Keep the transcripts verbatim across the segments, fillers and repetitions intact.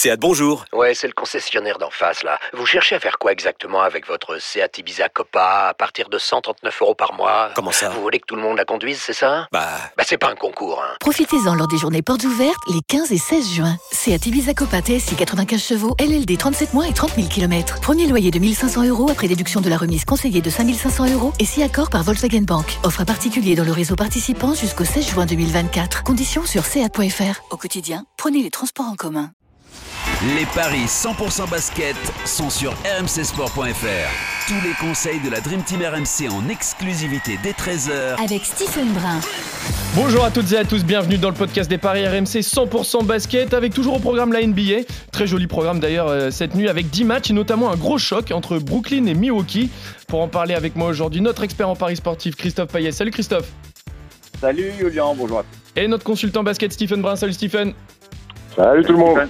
Seat, bonjour. Ouais, c'est le concessionnaire d'en face, là. Vous cherchez à faire quoi exactement avec votre Seat Ibiza Copa à partir de cent trente-neuf euros par mois? Comment ça? Vous voulez que tout le monde la conduise, c'est ça? Bah... Bah c'est pas un concours, hein. Profitez-en lors des journées portes ouvertes les quinze et seize juin. Seat Ibiza Copa T S I quatre-vingt-quinze chevaux, L L D trente-sept mois et trente mille kilomètres. Premier loyer de mille cinq cents euros après déduction de la remise conseillée de cinq mille cinq cents euros et si accord par Volkswagen Bank. Offre à particulier dans le réseau participant jusqu'au seize juin deux mille vingt-quatre. Conditions sur seat point f r. Au quotidien, prenez les transports en commun. Les paris cent pour cent basket sont sur r m c sport point f r. Tous les conseils de la Dream Team R M C en exclusivité dès treize heures avec Stephen Brun. Bonjour à toutes et à tous, bienvenue dans le podcast des paris R M C cent pour cent basket avec toujours au programme la N B A. Très joli programme d'ailleurs euh, cette nuit avec dix matchs et notamment un gros choc entre Brooklyn et Milwaukee. Pour en parler avec moi aujourd'hui, notre expert en paris sportif Christophe Payet. Salut Christophe. Salut Julien, bonjour à tous. Et notre consultant basket Stephen Brun. Salut Stephen. Salut tout le monde.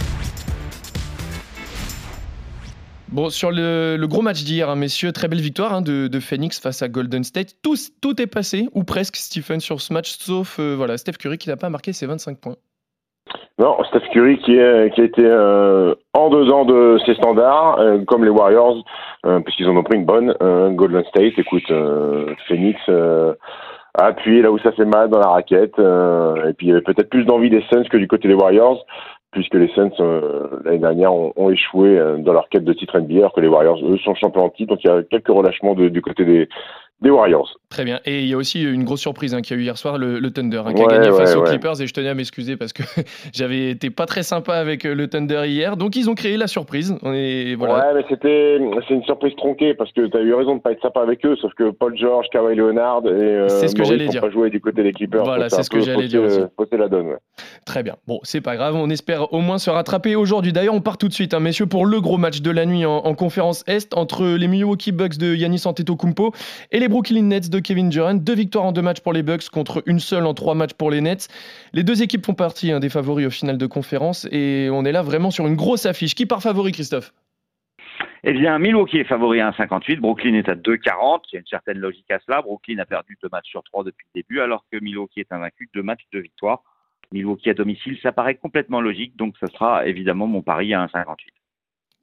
Bon, sur le, le gros match d'hier, hein, messieurs, très belle victoire hein, de, de Phoenix face à Golden State. Tout, tout est passé, ou presque, Stephen, sur ce match, sauf euh, voilà, Steph Curry qui n'a pas marqué ses vingt-cinq points. Non, Steph Curry qui, est, qui a été euh, en dedans de ses standards, euh, comme les Warriors, euh, puisqu'ils en ont pris une bonne. Euh, Golden State, écoute, euh, Phoenix euh, a appuyé là où ça fait mal dans la raquette. Euh, et puis il y avait peut-être plus d'envie des Suns que du côté des Warriors, puisque les Suns, euh, l'année dernière, ont, ont échoué euh, dans leur quête de titre N B A, alors que les Warriors, eux, sont champions en titre. Donc il y a quelques relâchements de, du côté des, des Warriors. Très bien. Et il y a aussi une grosse surprise hein, qu'il y a eu hier soir, le, le Thunder, hein, qui ouais, a gagné ouais, face aux ouais. Clippers. Et je tenais à m'excuser parce que j'avais été pas très sympa avec le Thunder hier. Donc ils ont créé la surprise. On est, voilà. Ouais, mais c'était c'est une surprise tronquée parce que tu as eu raison de pas être sympa avec eux, sauf que Paul George, Kawhi Leonard et euh, c'est ce que Maurice j'allais n'ont dire. pas joué du côté des Clippers. Voilà, c'est ce que j'allais fausser, dire aussi. Fausser la donne, ouais. Très bien. Bon, c'est pas grave. On espère au moins se rattraper aujourd'hui. D'ailleurs, on part tout de suite, hein, messieurs, pour le gros match de la nuit en, en conférence Est entre les Milwaukee Bucks de Giannis Antetokounmpo et les Brooklyn Nets de Kevin Durant. Deux victoires en deux matchs pour les Bucks contre une seule en trois matchs pour les Nets. Les deux équipes font partie hein, des favoris au final de conférence et on est là vraiment sur une grosse affiche. Qui part favori, Christophe ? Eh bien, Milwaukee est favori à un virgule cinquante-huit, Brooklyn est à deux virgule quarante, il y a une certaine logique à cela. Brooklyn a perdu deux matchs sur trois depuis le début, alors que Milwaukee est invaincu, deux matchs, deux victoires. Milwaukee à domicile, ça paraît complètement logique, donc ce sera évidemment mon pari à un virgule cinquante-huit. Stephen ?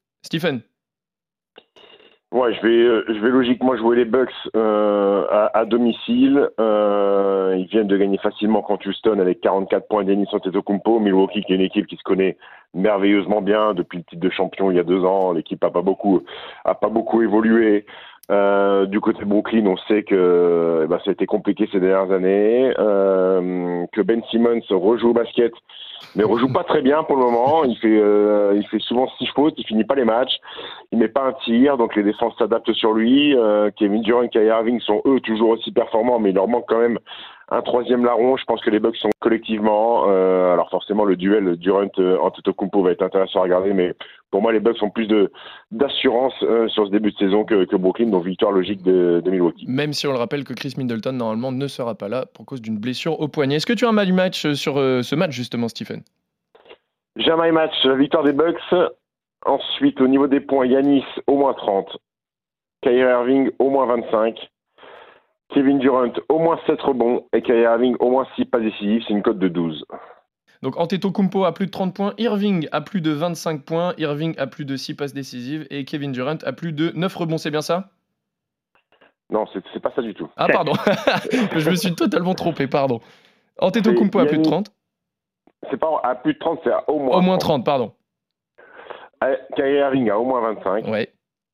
Ouais, je vais, euh, je vais logiquement jouer les Bucks euh, à, à domicile. Euh, ils viennent de gagner facilement contre Houston avec quarante-quatre points d'Giannis Antetokounmpo. Milwaukee qui est une équipe qui se connaît merveilleusement bien depuis le titre de champion il y a deux ans. L'équipe a pas beaucoup, a pas beaucoup évolué. Euh, du côté de Brooklyn, on sait que eh ben, ça a été compliqué ces dernières années, euh, que Ben Simmons rejoue au basket, mais rejoue pas très bien pour le moment. Il fait, euh, il fait souvent six fautes, il finit pas les matchs, il met pas un tir, donc les défenses s'adaptent sur lui. Euh, Kevin Durant et Kyrie Irving sont eux toujours aussi performants, mais il leur manque quand même un troisième larron. Je pense que les Bucks sont collectivement, euh, alors forcément le duel Durant-Antetokounmpo va être intéressant à regarder, mais pour moi les Bucks ont plus de d'assurance euh, sur ce début de saison que, que Brooklyn, donc victoire logique de, de Milwaukee. Même si on le rappelle que Chris Middleton normalement ne sera pas là pour cause d'une blessure au poignet. Est-ce que tu as un mal du match sur euh, ce match justement, Stephen ? J'ai un my match, la victoire des Bucks. Ensuite, au niveau des points, Giannis au moins trente, Kyrie Irving au moins vingt-cinq, Kevin Durant au moins sept rebonds et Kyrie Irving au moins six passes décisives, c'est une cote de douze. Donc Antetokounmpo a plus de trente points, Irving a plus de vingt-cinq points, Irving a plus de six passes décisives et Kevin Durant a plus de neuf rebonds, c'est bien ça ? Non, c'est, c'est pas ça du tout. Ah pardon, je me suis totalement trompé, pardon. Antetokounmpo a plus de trente. C'est pas à plus de trente, c'est à au moins Au moins trente, pardon. Kyrie Irving a au moins vingt-cinq. Ouais.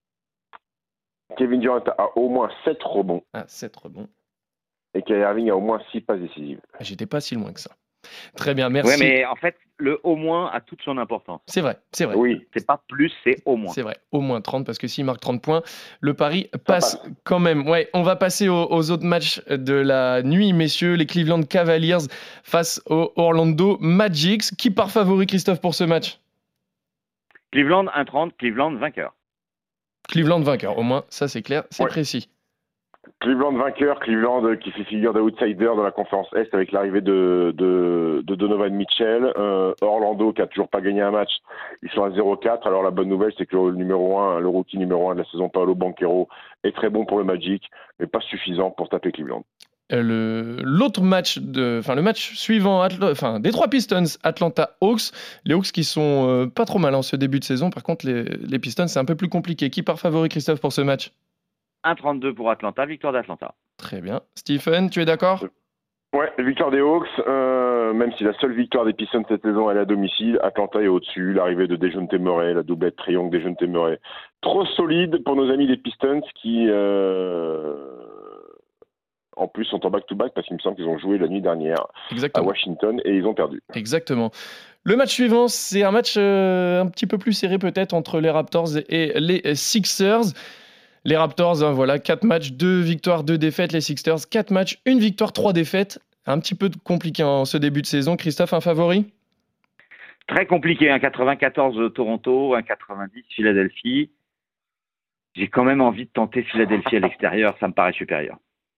Kevin Durant a au moins sept rebonds. Ah, sept rebonds. Et Kyrie Irving a au moins six passes décisives. J'étais pas si loin que ça. Très bien, merci. Ouais, mais en fait, le au moins a toute son importance. C'est vrai, c'est vrai. Oui. C'est pas plus, c'est au moins. C'est vrai, au moins trente, parce que s'il marque trente points, le pari passe, passe quand même. Ouais, on va passer aux, aux autres matchs de la nuit, messieurs. Les Cleveland Cavaliers face aux Orlando Magic. Qui part favori, Christophe, pour ce match ? Cleveland un virgule trente, Cleveland vainqueur. Cleveland vainqueur, au moins, ça c'est clair, c'est ouais. précis. Cleveland vainqueur, Cleveland qui fait figure d'outsider dans la conférence Est avec l'arrivée de, de, de Donovan Mitchell. Euh, Orlando qui a toujours pas gagné un match, ils sont à zéro quatre. Alors la bonne nouvelle, c'est que le numéro un, le rookie numéro un de la saison, Paolo Banchero, est très bon pour le Magic, mais pas suffisant pour taper Cleveland. le, l'autre match, de, enfin le match suivant, Atla, enfin des trois Pistons, Atlanta Hawks. Les Hawks qui sont euh, pas trop mal en ce début de saison. Par contre, les, les Pistons, c'est un peu plus compliqué. Qui part favori, Christophe, pour ce match? un trente-deux pour Atlanta, victoire d'Atlanta. Très bien. Stephen, tu es d'accord? Ouais, victoire des Hawks, euh, même si la seule victoire des Pistons cette saison elle est à domicile, Atlanta est au-dessus, l'arrivée de Dejounte Murray, la doublette triangle Dejounte Murray. Trop solide pour nos amis des Pistons qui, euh, en plus, sont en back-to-back parce qu'il me semble qu'ils ont joué la nuit dernière Exactement. à Washington et ils ont perdu. Exactement. Le match suivant, c'est un match euh, un petit peu plus serré peut-être entre les Raptors et les Sixers. Les Raptors, hein, voilà, quatre matchs, deux victoires, deux défaites. Les Sixers, quatre matchs, une victoire, trois défaites. Un petit peu compliqué en ce début de saison. Christophe, un favori? Très compliqué, un quatre-vingt-quatorze Toronto, un quatre-vingt-dix Philadelphie. J'ai quand même envie de tenter Philadelphie à l'extérieur, ça me paraît supérieur.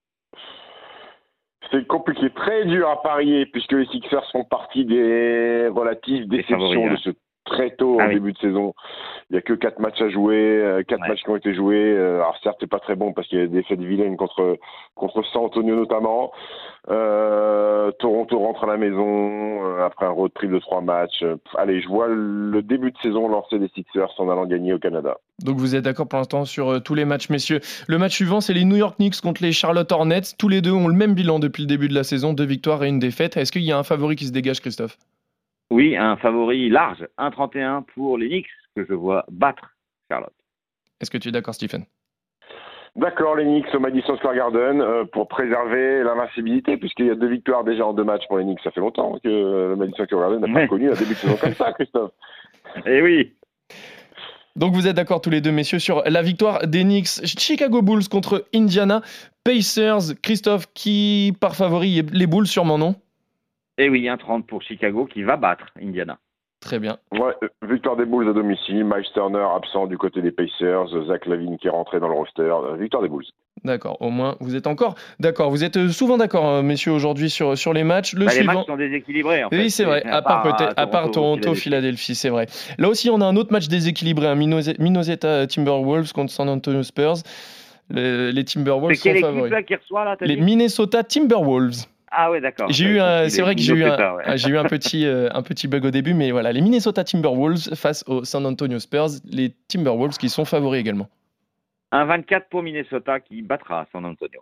C'est compliqué, très dur à parier puisque les Sixers font partie des relatives déceptions favoris, hein. de ce très tôt ah en oui. début de saison. Il n'y a que quatre matchs à jouer, quatre ouais. matchs qui ont été joués. Alors certes, c'est pas très bon parce qu'il y a des défaites vilaines contre contre San Antonio notamment. Euh, Toronto rentre à la maison après un road trip de trois matchs. Allez, je vois le début de saison lancer les Sixers en allant gagner au Canada. Donc vous êtes d'accord pour l'instant sur euh, tous les matchs, messieurs. Le match suivant, c'est les New York Knicks contre les Charlotte Hornets. Tous les deux ont le même bilan depuis le début de la saison, deux victoires et une défaite. Est-ce qu'il y a un favori qui se dégage, Christophe? Oui, un favori large, un trente et un pour les Knicks, que je vois battre Charlotte. Est-ce que tu es d'accord, Stephen? D'accord, les Knicks au Madison Square Garden euh, pour préserver l'invincibilité, puisqu'il y a deux victoires déjà en deux matchs pour les Knicks. Ça fait longtemps que le Madison Square Garden n'a pas ouais. connu un début de saison comme ça, Christophe. Eh oui. Donc vous êtes d'accord tous les deux, messieurs, sur la victoire des Knicks. Chicago Bulls contre Indiana Pacers. Christophe, qui part favori? Les Bulls, sûrement, non? Eh oui, un trente pour Chicago qui va battre Indiana. Très bien. Ouais, victoire des Bulls à domicile. Miles Turner absent du côté des Pacers. Zach LaVine qui est rentré dans le roster. Victoire des Bulls. D'accord, au moins vous êtes encore d'accord. Vous êtes souvent d'accord, messieurs, aujourd'hui sur, sur les matchs. Le bah, suivant... Les matchs sont déséquilibrés, en fait. Oui, c'est vrai, à, à part, part, peut-être, à part Toronto, Philadelphie. Philadelphie, c'est vrai. Là aussi, on a un autre match déséquilibré, un Minnesota Timberwolves contre San Antonio Spurs. Le, les Timberwolves c'est sont favoris. Là qui reçoit, là, les Minnesota Timberwolves. Ah ouais, d'accord. J'ai eu un, c'est vrai que j'ai eu, un, ouais. j'ai eu un petit, euh, un petit bug au début, mais voilà, les Minnesota Timberwolves face aux San Antonio Spurs, les Timberwolves qui sont favoris également. Un vingt-quatre pour Minnesota qui battra San Antonio.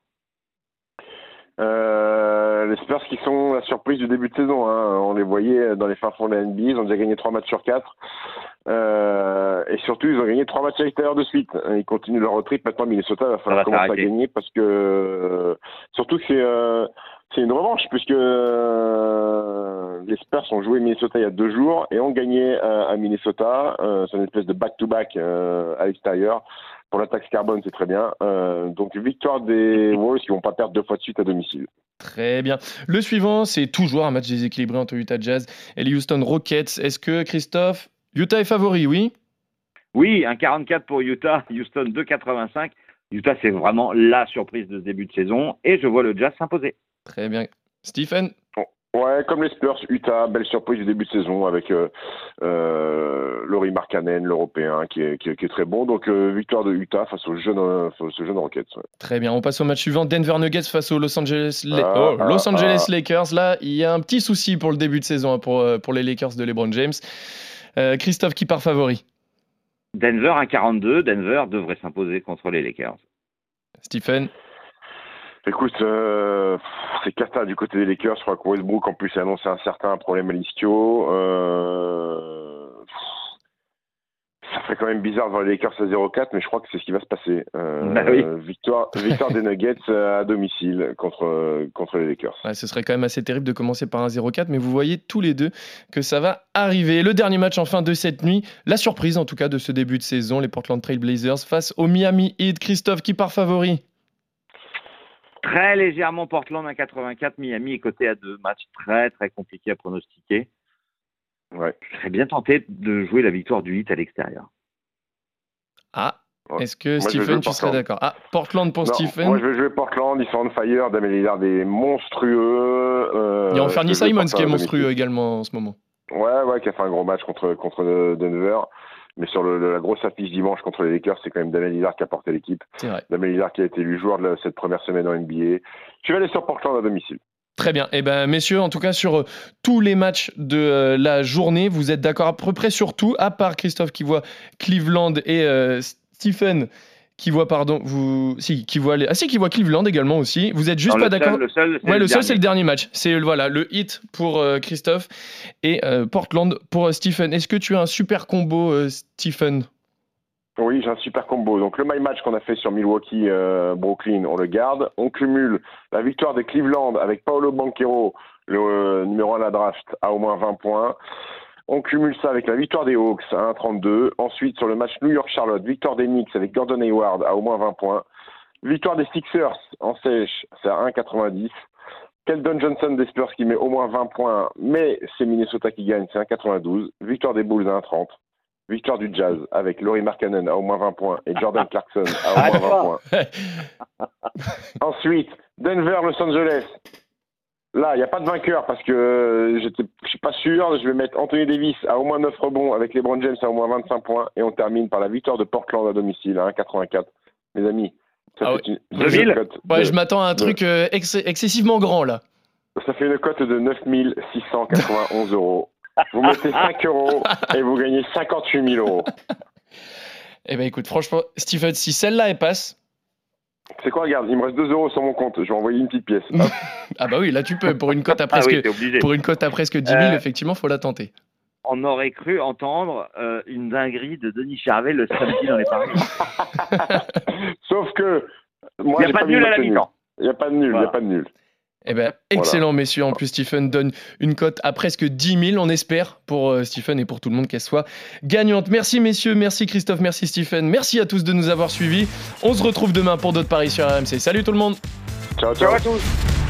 Euh, les Spurs qui sont la surprise du début de saison. Hein. On les voyait dans les fins fonds de la N B A, ils ont déjà gagné trois matchs sur quatre. Euh, et surtout, ils ont gagné trois matchs à l'extérieur de suite. Ils continuent leur road trip. Maintenant, Minnesota va falloir commencer à gagner parce que euh, surtout que c'est euh, c'est une revanche puisque euh, les Spurs ont joué Minnesota il y a deux jours et ont gagné euh, à Minnesota. Euh, c'est une espèce de back-to-back euh, à l'extérieur. Pour la taxe carbone, c'est très bien. Euh, donc, victoire des Wolves qui ne vont pas perdre deux fois de suite à domicile. Très bien. Le suivant, c'est toujours un match déséquilibré entre Utah Jazz et les Houston Rockets. Est-ce que, Christophe, Utah est favori, oui? Oui, un quarante-quatre pour Utah, Houston deux quatre-vingt-cinq. Utah, c'est vraiment la surprise de ce début de saison. Et je vois le Jazz s'imposer. Très bien. Stephen? Ouais, comme les Spurs, Utah, belle surprise du début de saison avec euh, euh, Lauri Markkanen, l'Européen, qui est, qui, est, qui est très bon. Donc, euh, victoire de Utah face aux jeunes, euh, face aux jeunes Rockets. Ouais. Très bien, on passe au match suivant. Denver Nuggets face aux Los Angeles, La- ah, oh, Los ah, Angeles ah. Lakers. Là, il y a un petit souci pour le début de saison pour, pour les Lakers de LeBron James. Euh, Christophe, qui part favori? Denver, un quarante-deux. Denver devrait s'imposer contre les Lakers. Stephen? Écoute, euh, c'est cata du côté des Lakers. Je crois que Westbrook, en plus, a annoncé un certain problème à l'ischio. Euh, ça fait quand même bizarre de voir les Lakers à zéro quatre, mais je crois que c'est ce qui va se passer. Euh, bah oui. Victoire, victoire des Nuggets à domicile contre, contre les Lakers. Ouais, ce serait quand même assez terrible de commencer par un zéro quatre, mais vous voyez tous les deux que ça va arriver. Le dernier match enfin de cette nuit, la surprise en tout cas de ce début de saison, les Portland Trail Blazers face au Miami Heat. Christophe, qui part favori? Très légèrement Portland à quatre-vingt-quatre, Miami est coté à deux. Match très très compliqué à pronostiquer. Ouais. Je serais bien tenté de jouer la victoire du Heat à l'extérieur. Ah, ouais. Est-ce que moi, Stephen, tu serais d'accord? Ah, Portland pour non, Stephen. Moi je vais jouer Portland, ils sont on fire, Damian Lillard est monstrueux. Euh, Il y a Anthony Simons qui est monstrueux également en ce moment. Ouais, ouais, qui a fait un gros match contre, contre Denver. Mais sur le, la grosse affiche dimanche contre les Lakers, c'est quand même Damian Lillard qui a porté l'équipe. C'est vrai. Damian Lillard qui a été élu joueur de la, cette première semaine en N B A. Je vais aller sur Portland à domicile. Très bien. Eh ben, messieurs, en tout cas, sur euh, tous les matchs de euh, la journée, vous êtes d'accord à peu près sur tout, à part Christophe qui voit Cleveland et euh, Stephen qui voit, pardon, vous, si, qui voit les... ah si, qui voit Cleveland également aussi. Vous êtes juste non, pas le d'accord. Seul, le seul, c'est ouais, le, le seul, dernier. c'est le dernier match. C'est voilà le hit pour euh, Christophe et euh, Portland pour euh, Stephen. Est-ce que tu as un super combo, euh, Stephen? Oui, j'ai un super combo. Donc le my match qu'on a fait sur Milwaukee, euh, Brooklyn, on le garde. On cumule la victoire de Cleveland avec Paolo Banchero, le euh, numéro un de la draft, à au moins vingt points. On cumule ça avec la victoire des Hawks à un virgule trente-deux. Ensuite, sur le match New York-Charlotte, victoire des Knicks avec Gordon Hayward à au moins vingt points. Victoire des Sixers en sèche, c'est à un virgule quatre-vingt-dix. Keldon Johnson des Spurs qui met au moins vingt points, mais c'est Minnesota qui gagne, c'est un virgule quatre-vingt-douze. Victoire des Bulls à un virgule trente. Victoire du Jazz avec Lauri Markkanen à au moins vingt points et Jordan Clarkson à au moins vingt points. Ensuite, Denver-Los Angeles. Là, il n'y a pas de vainqueur parce que euh, je ne suis pas sûr. Je vais mettre Anthony Davis à au moins neuf rebonds avec LeBron James à au moins vingt-cinq points. Et on termine par la victoire de Portland à domicile à un virgule quatre-vingt-quatre. Mes amis, ça Ah fait ouais. une, deux mille cote Ouais, de- je m'attends à un de- truc euh, ex- excessivement grand là. ça fait une cote de neuf mille six cent quatre-vingt-onze euros. Vous mettez cinq euros et vous gagnez cinquante-huit mille euros. Eh ben écoute, franchement, Stephen, si celle-là elle passe, C'est quoi, regarde, il me reste deux euros sur mon compte. Je vais envoyer une petite pièce. Hop. ah bah oui, là tu peux pour une cote à Ah presque oui, t'es obligé. pour une cote à presque dix mille, Euh, effectivement, faut la tenter. On aurait cru entendre euh, une dinguerie de Denis Charvet le samedi dans les paris. Sauf que moi, Il n'y a j'ai pas de mis nul à la match nul. mi-temps. Il n'y a pas de nul, il Voilà. n'y a pas de nul. Eh ben, excellent, messieurs. En plus, Stephen donne une cote à presque dix mille, on espère, pour euh, Stephen et pour tout le monde qu'elle soit gagnante. Merci, messieurs. Merci, Christophe. Merci, Stephen. Merci à tous de nous avoir suivis. On se retrouve demain pour d'autres paris sur R M C. Salut tout le monde. Ciao, ciao. Ciao à tous.